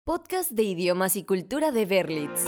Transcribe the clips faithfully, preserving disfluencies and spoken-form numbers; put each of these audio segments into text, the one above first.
Podcast de idiomas y cultura de Berlitz.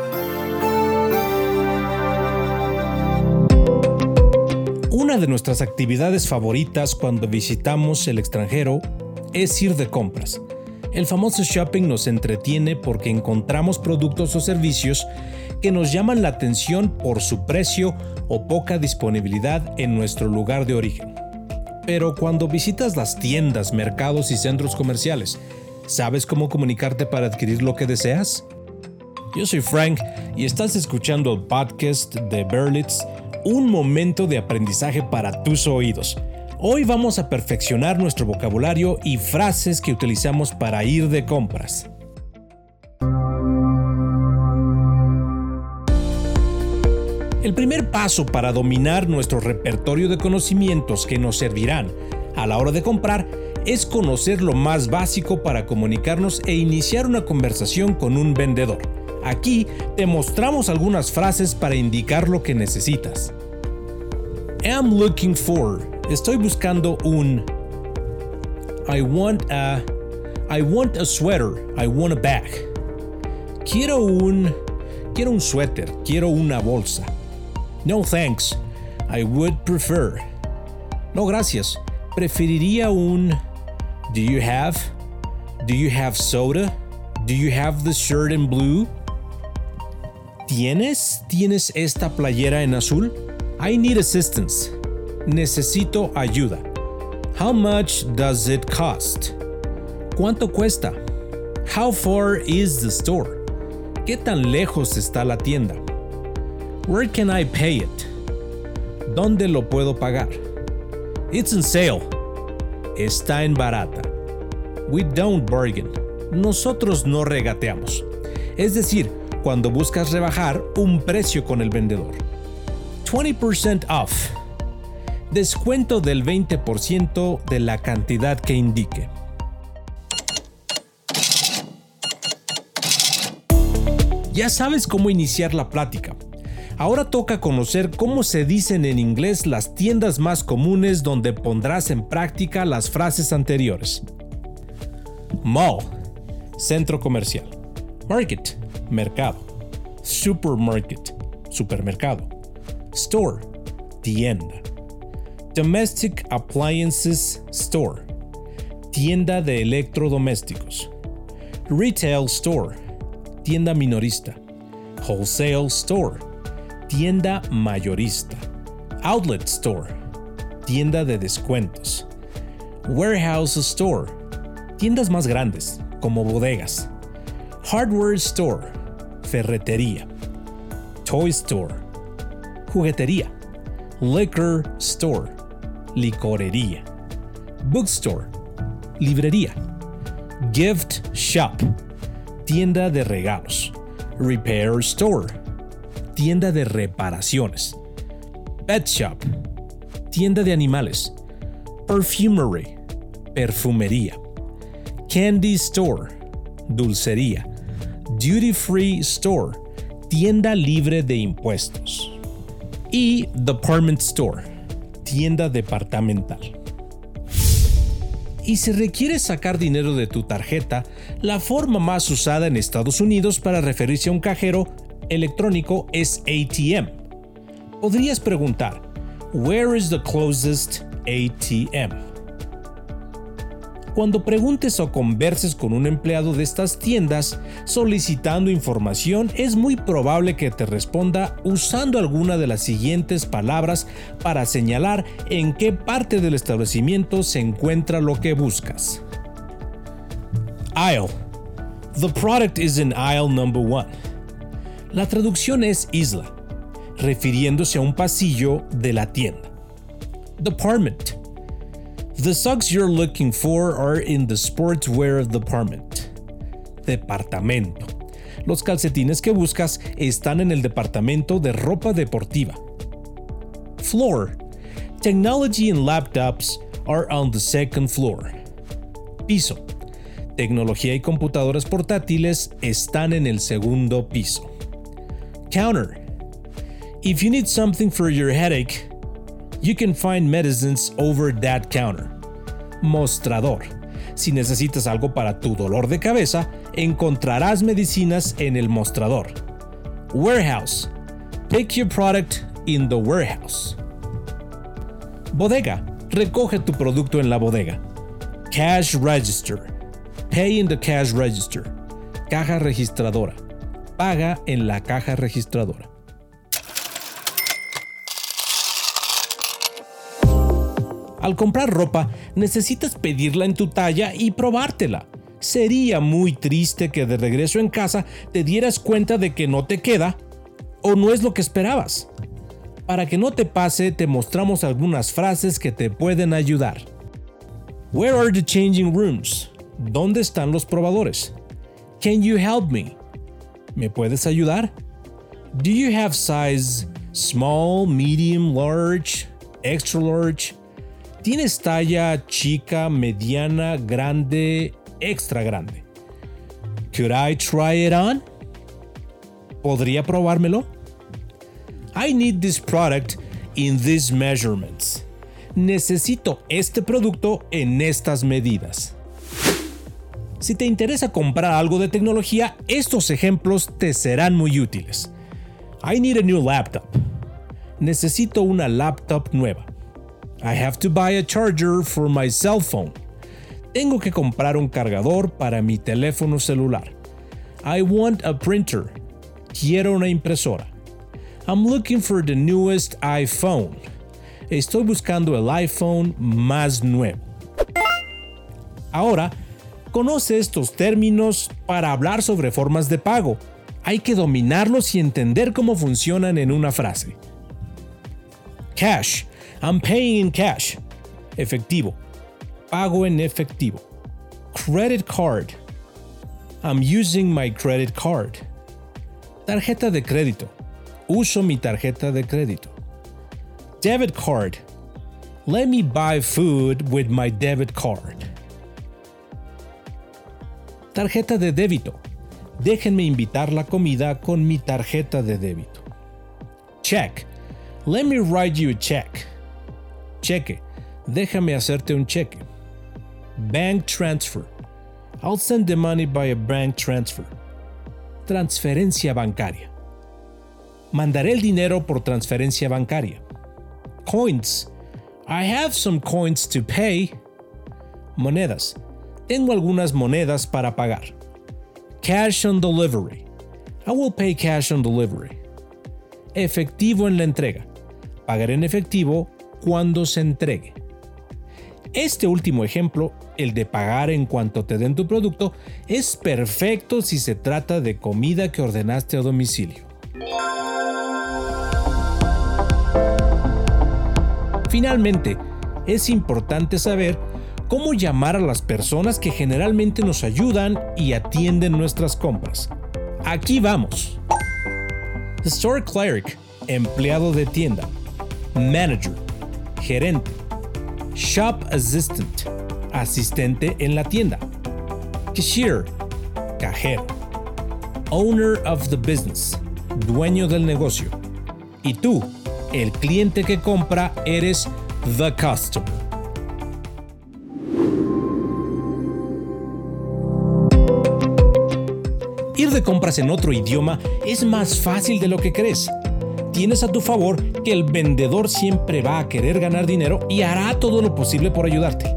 Una de nuestras actividades favoritas cuando visitamos el extranjero es ir de compras. El famoso shopping nos entretiene porque encontramos productos o servicios que nos llaman la atención por su precio o poca disponibilidad en nuestro lugar de origen. Pero cuando visitas las tiendas, mercados y centros comerciales, ¿sabes cómo comunicarte para adquirir lo que deseas? Yo soy Frank y estás escuchando el podcast de Berlitz, un momento de aprendizaje para tus oídos. Hoy vamos a perfeccionar nuestro vocabulario y frases que utilizamos para ir de compras. El primer paso para dominar nuestro repertorio de conocimientos que nos servirán a la hora de comprar es conocer lo más básico para comunicarnos e iniciar una conversación con un vendedor. Aquí te mostramos algunas frases para indicar lo que necesitas. I'm looking for. Estoy buscando un. I want a. I want a sweater. I want a bag. Quiero un. Quiero un suéter. Quiero una bolsa. No thanks. I would prefer. No gracias. Preferiría un. Do you have? Do you have soda? Do you have the shirt in blue? ¿Tienes? ¿Tienes esta playera en azul? I need assistance. Necesito ayuda. How much does it cost? ¿Cuánto cuesta? How far is the store? ¿Qué tan lejos está la tienda? Where can I pay it? ¿Dónde lo puedo pagar? It's on sale. Está en barata. We don't bargain. Nosotros no regateamos. Es decir, cuando buscas rebajar un precio con el vendedor. veinte percent off. Descuento del veinte por ciento de la cantidad que indique. Ya sabes cómo iniciar la plática. Ahora toca conocer cómo se dicen en inglés las tiendas más comunes donde pondrás en práctica las frases anteriores. Mall, centro comercial. Market, mercado. Supermarket, supermercado. Store, tienda. Domestic Appliances Store, tienda de electrodomésticos. Retail Store, tienda minorista. Wholesale Store, tienda mayorista. Outlet Store, tienda de descuentos. Warehouse Store, tiendas más grandes, como bodegas. Hardware Store, ferretería. Toy Store, juguetería. Liquor Store, licorería. Bookstore, librería. Gift Shop, tienda de regalos. Repair Store, tienda de reparaciones. Pet Shop, tienda de animales. Perfumery, perfumería. Candy Store, dulcería. Duty Free Store, tienda libre de impuestos. Y Department Store, tienda departamental. Y si requieres sacar dinero de tu tarjeta, la forma más usada en Estados Unidos para referirse a un cajero electrónico es A T M. Podrías preguntar, Where is the closest A T M? Cuando preguntes o converses con un empleado de estas tiendas solicitando información, es muy probable que te responda usando alguna de las siguientes palabras para señalar en qué parte del establecimiento se encuentra lo que buscas. Aisle. The product is in aisle number one. La traducción es isla, refiriéndose a un pasillo de la tienda. Department. The socks you're looking for are in the sportswear department. Departamento. Los calcetines que buscas están en el departamento de ropa deportiva. Floor. Technology and laptops are on the second floor. Piso. Tecnología y computadoras portátiles están en el segundo piso. Counter. If you need something for your headache, you can find medicines over that counter. Mostrador. Si necesitas algo para tu dolor de cabeza, encontrarás medicinas en el mostrador. Warehouse. Take your product in the warehouse. Bodega. Recoge tu producto en la bodega. Cash register. Pay in the cash register. Caja registradora. Paga en la caja registradora. Al comprar ropa, necesitas pedirla en tu talla y probártela. Sería muy triste que de regreso en casa te dieras cuenta de que no te queda o no es lo que esperabas. Para que no te pase, te mostramos algunas frases que te pueden ayudar. Where are the changing rooms? ¿Dónde están los probadores? Can you help me? ¿Me puedes ayudar? Do you have size small, medium, large, extra large? ¿Tienes talla chica, mediana, grande, extra grande? Could I try it on? ¿Podría probármelo? I need this product in these measurements. Necesito este producto en estas medidas. Si te interesa comprar algo de tecnología, estos ejemplos te serán muy útiles. I need a new laptop. Necesito una laptop nueva. I have to buy a charger for my cell phone. Tengo que comprar un cargador para mi teléfono celular. I want a printer. Quiero una impresora. I'm looking for the newest iPhone. Estoy buscando el iPhone más nuevo. Ahora, conoce estos términos para hablar sobre formas de pago. Hay que dominarlos y entender cómo funcionan en una frase. Cash. I'm paying in cash. Efectivo. Pago en efectivo. Credit card. I'm using my credit card. Tarjeta de crédito. Uso mi tarjeta de crédito. Debit card. Let me buy food with my debit card. Tarjeta de débito. Déjenme invitar la comida con mi tarjeta de débito. Check. Let me write you a check. Cheque. Déjame hacerte un cheque. Bank transfer. I'll send the money by a bank transfer. Transferencia bancaria. Mandaré el dinero por transferencia bancaria. Coins. I have some coins to pay. Monedas. Tengo algunas monedas para pagar. Cash on delivery. I will pay cash on delivery. Efectivo en la entrega. Pagaré en efectivo cuando se entregue. Este último ejemplo, el de pagar en cuanto te den tu producto, es perfecto si se trata de comida que ordenaste a domicilio. Finalmente, es importante saber cómo llamar a las personas que generalmente nos ayudan y atienden nuestras compras. Aquí vamos. Store clerk, empleado de tienda. Manager, gerente. Shop assistant, asistente en la tienda. Cashier, cajero. Owner of the business, dueño del negocio. Y tú, el cliente que compra, eres the customer. Ir de compras en otro idioma es más fácil de lo que crees. Tienes a tu favor que el vendedor siempre va a querer ganar dinero y hará todo lo posible por ayudarte.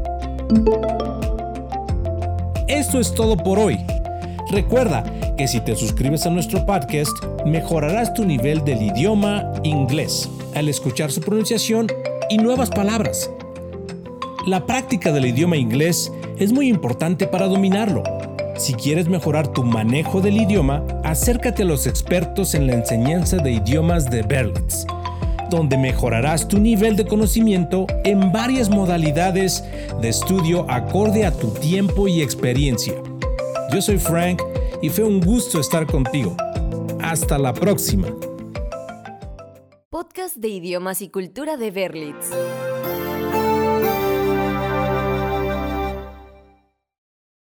Esto es todo por hoy. Recuerda que si te suscribes a nuestro podcast, mejorarás tu nivel del idioma inglés al escuchar su pronunciación y nuevas palabras. La práctica del idioma inglés es muy importante para dominarlo. Si quieres mejorar tu manejo del idioma, acércate a los expertos en la enseñanza de idiomas de Berlitz, donde mejorarás tu nivel de conocimiento en varias modalidades de estudio acorde a tu tiempo y experiencia. Yo soy Frank y fue un gusto estar contigo. Hasta la próxima. Podcast de idiomas y cultura de Berlitz.